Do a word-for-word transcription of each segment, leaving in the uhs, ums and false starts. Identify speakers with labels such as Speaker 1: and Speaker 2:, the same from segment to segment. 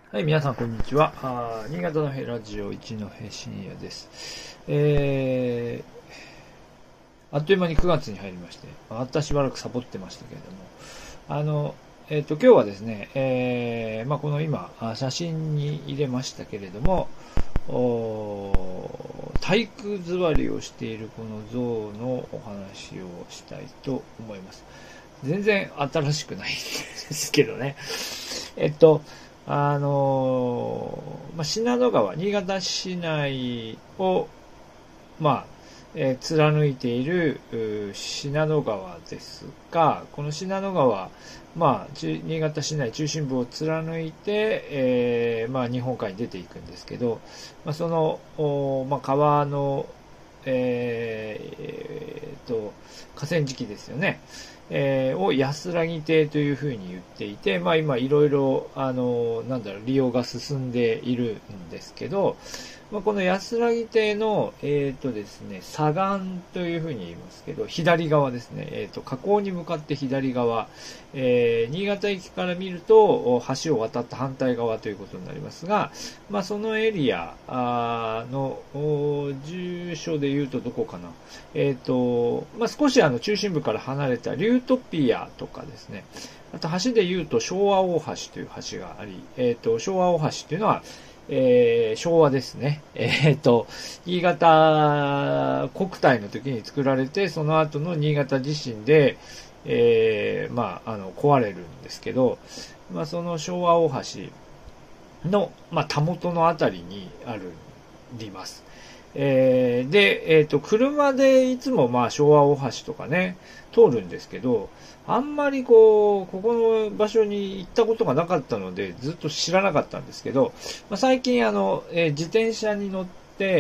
Speaker 1: はい、皆さんこんにちは。あ新潟のヘラジオ一戸深夜です。えー、あっという間にくがつに入りまして、またしばらくサボってましたけれども、あの、えっ、と、今日はですね、えー、まあ、この今、写真に入れましたけれども、体育座りをしているこの像のお話をしたいと思います。全然新しくないんですけどね。えっと、あのー、まあ、信濃川、新潟市内を、まあ、えー、貫いている信濃川ですが、この信濃川、まあ、新潟市内中心部を貫いて、えー、まあ、日本海に出ていくんですけど、まあ、その、まあ、川の、えー、えー、と、河川敷ですよね。えー、を安らぎ亭というふうに言っていて、まあ今いろいろ、あの、なんだろう、利用が進んでいるんですけど、まあ、この安らぎ亭の、えっ、ー、とですね、左岸というふうに言いますけど、左側ですね、えっ、ー、と、河口に向かって左側、えー、新潟駅から見ると、橋を渡った反対側ということになりますが、まあ、そのエリアの住所で言うとどこかな。えっ、ー、と、まあ、少しあの中心部から離れたリュートピアとかですね、あと橋で言うと昭和大橋という橋があり、えっ、ー、と、昭和大橋というのは、えー、昭和ですね。えー、っと、新潟国体の時に作られて、その後の新潟地震で、えー、まあ、あの、壊れるんですけど、まあ、その昭和大橋の、まあ、たもとのあたりにある、ります。えー、で、えっ、ー、と、車でいつもまあ昭和大橋とかね、通るんですけど、あんまりこう、ここの場所に行ったことがなかったので、ずっと知らなかったんですけど、まあ、最近あの、えー、自転車に乗って、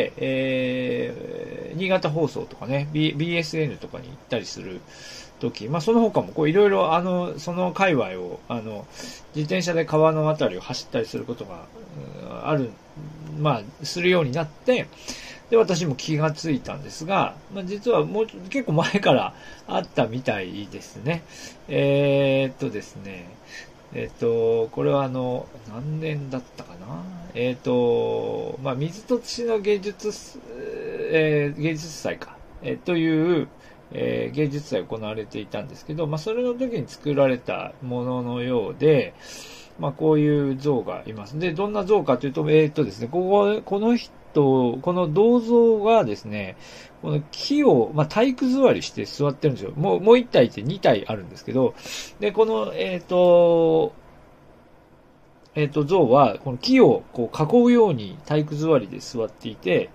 Speaker 1: えー、新潟放送とかね、B、ビーエスエヌ とかに行ったりする時、まあその他もこういろいろあの、その界隈を、あの、自転車で川のあたりを走ったりすることが、ある、まあ、するようになって、で、私も気がついたんですが、まあ、実はもう結構前からあったみたいですね。えー、っとですね、えー、っと、これはあの、何年だったかな。えー、っと、まあ、水戸市の芸術、えー、芸術祭か、えー、という、えー、芸術祭行われていたんですけど、まあ、それの時に作られたもののようで、まあ、こういう像がいます。で、どんな像かというと、えー、っとですね、ここ、この人、この銅像がですね、この木を、まあ、体育座りして座ってるんですよ。もう、もう一体って二体あるんですけど、で、この、えっ、と、えっ、と、像は、この木をこう囲うように体育座りで座っていて、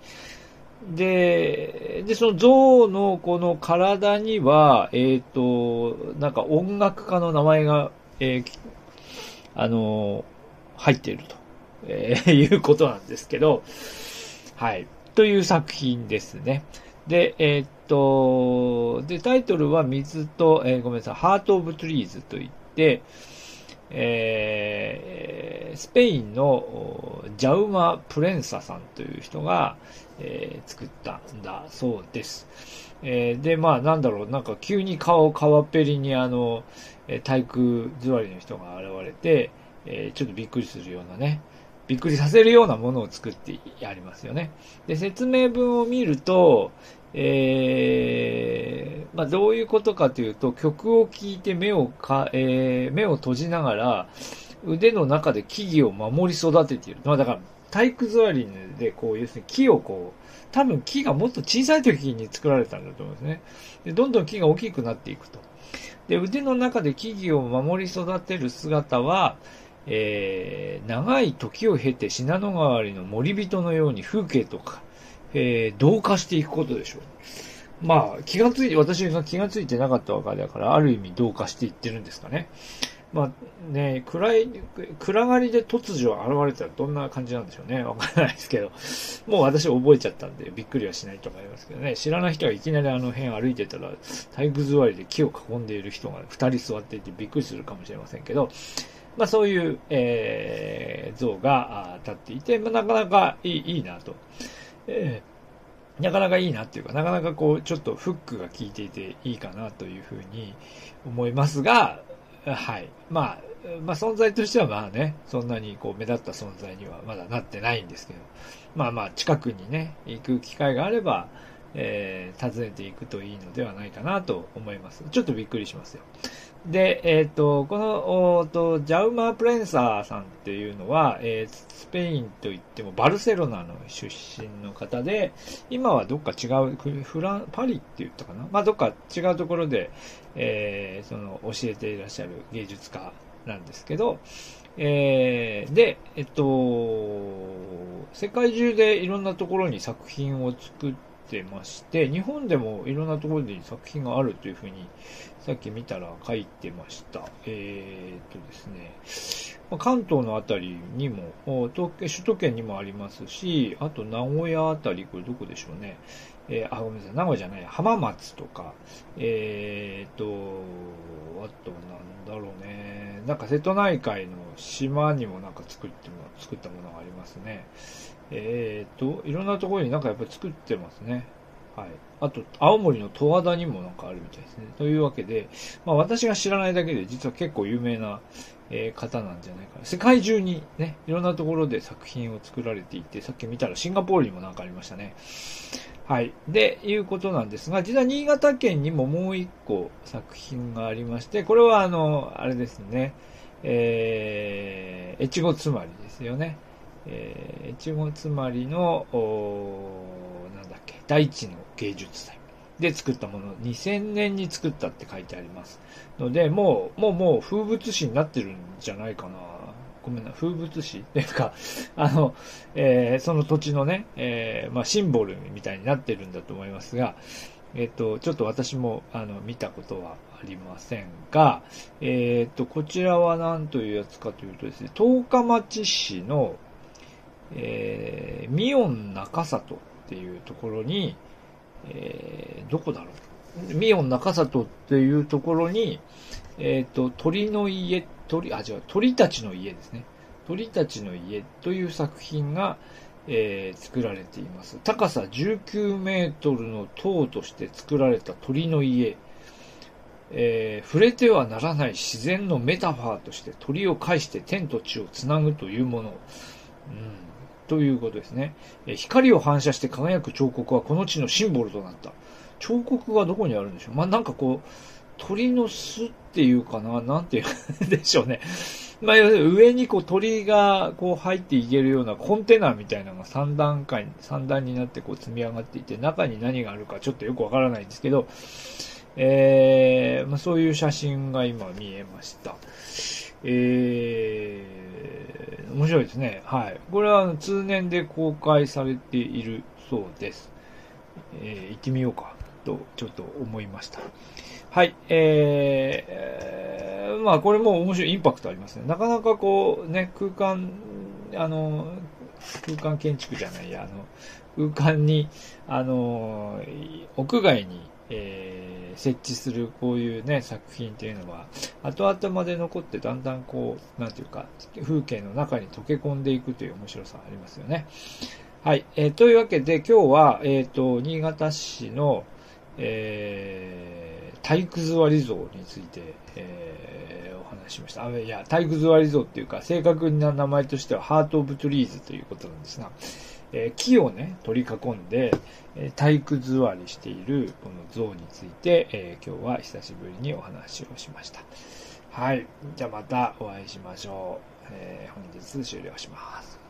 Speaker 1: で、で、その象のこの体には、えっ、と、なんか音楽家の名前が、えー、あの、入っていると、えー、いうことなんですけど、はい。という作品ですね。で、えー、っと、で、タイトルは水と、えー、ごめんなさい、ハート・オブ・トゥリーズといって、えー、スペインのジャウマ・プレンサさんという人が、えー、作ったんだそうです。えー、で、まあ、なんだろう、なんか急に顔、川っぺりにあの、体育座りの人が現れて、えー、ちょっとびっくりするようなね、びっくりさせるようなものを作ってありますよね。で、説明文を見ると、えー、まあ、どういうことかというと、曲を聴いて目をか、えー、目を閉じながら、腕の中で木々を守り育てている。まあ、だから、体育座りで、こう、要するに木をこう、多分木がもっと小さい時に作られたんだと思うんですね。で、どんどん木が大きくなっていくと。で、腕の中で木々を守り育てる姿は、えー、長い時を経て信濃川りの森人のように風景とか、えー、同化していくことでしょう。まあ、気がついて、私が気がついてなかったわけだから、ある意味同化していってるんですかね。まあね、暗い、暗がりで突如現れたらどんな感じなんでしょうね。わからないですけど。もう私覚えちゃったんでびっくりはしないと思いますけどね。知らない人がいきなりあの辺歩いてたら、体育座りで木を囲んでいる人が二人座っていてびっくりするかもしれませんけど、まあそういう、えー、像が立っていて、まあなかなかいい、いいなと。えー、なかなかいいなっていうか、なかなかこう、ちょっとフックが効いていていいかなというふうに思いますが、はい。まあ、 まあ存在としてはまあね、そんなにこう目立った存在にはまだなってないんですけど、まあまあ近くにね、行く機会があれば、えー、訪ねていくといいのではないかなと思います。ちょっとびっくりしますよ。で、えっ、ー、と、この、おと、ジャウマー・プレンサーさんっていうのは、えー、スペインといってもバルセロナの出身の方で、今はどっか違う、フラン、パリって言ったかな、まあどっか違うところで、えー、その、教えていらっしゃる芸術家なんですけど、えー、で、えっと、世界中でいろんなところに作品を作ってまして、日本でもいろんなところで作品があるというふうに、さっき見たら書いてました。えー、っとですね、関東のあたりにも、東首都圏にもありますし、あと名古屋あたり、これどこでしょうね。えー、あ、ごめんなさい、名古屋じゃない、浜松とか、えー、っと、あとなんだろうね、なんか瀬戸内海の島にもなんか作っても、作ったものがありますね。えー、っと、いろんなところになんかやっぱり作ってますね。はい。あと、青森の十和田にもなんかあるみたいですね。というわけで、まあ私が知らないだけで実は結構有名な、えー、方なんじゃないかな。世界中にね、いろんなところで作品を作られていて、さっき見たらシンガポールにもなんかありましたね。はい。で、いうことなんですが、実は新潟県にももう一個作品がありまして、これはあの、あれですね、えー、越後つまりですよね。えー、越後つまりの、なんだっけ、大地の芸術祭で作ったもの、にせんねんに作ったって書いてあります。ので、もう、もう、もう風物詩になってるんじゃないかな。ごめんな、風物詩っていうか、あの、えー、その土地のね、えー、まあ、シンボルみたいになってるんだと思いますが、えっと、ちょっと私も、あの、見たことはありませんが、えっと、こちらは何というやつかというとですね、十日町市の、えー、ミオン中里っていうところに、えー、どこだろう。ミオン中里っていうところに、えっと、鳥の家、鳥、あ、違う、鳥たちの家ですね。鳥たちの家という作品が、えー、作られています。高さじゅうきゅうメートルの塔として作られた鳥の家。えー、触れてはならない自然のメタファーとして鳥を介して天と地をつなぐというもの。うんということですね。光を反射して輝く彫刻はこの地のシンボルとなった。彫刻がどこにあるんでしょう。まあ、なんかこう、鳥の巣っていうかな、なんていうんでしょうね。まあ、上にこう鳥がこう入っていけるようなコンテナみたいなのがさん段階、さん段になってこう積み上がっていて、中に何があるかちょっとよくわからないんですけど、えー、まあ、そういう写真が今見えました。えー、面白いですね。はい。これは通年で公開されているそうです。えー、行ってみようかとちょっと思いました。はい。えー、まあこれも面白い、インパクトありますね。なかなかこうね、空間、あの、空間建築じゃないや、あの、空間に、あの、屋外に、えー、設置するこういうね、作品っていうのは、後々まで残ってだんだんこう、なんていうか、風景の中に溶け込んでいくという面白さがありますよね。はい。えー、というわけで今日は、えっと、新潟市の、えー、体育座り像について、えー、お話ししました。あ、いや、体育座り像っていうか、正確な名前としては、ハート・オブ・トゥリーズということなんですが、えー、木をね、取り囲んで、えー、体育座りしているこの像について、えー、今日は久しぶりにお話をしました。はい。じゃあまたお会いしましょう。えー、本日終了します。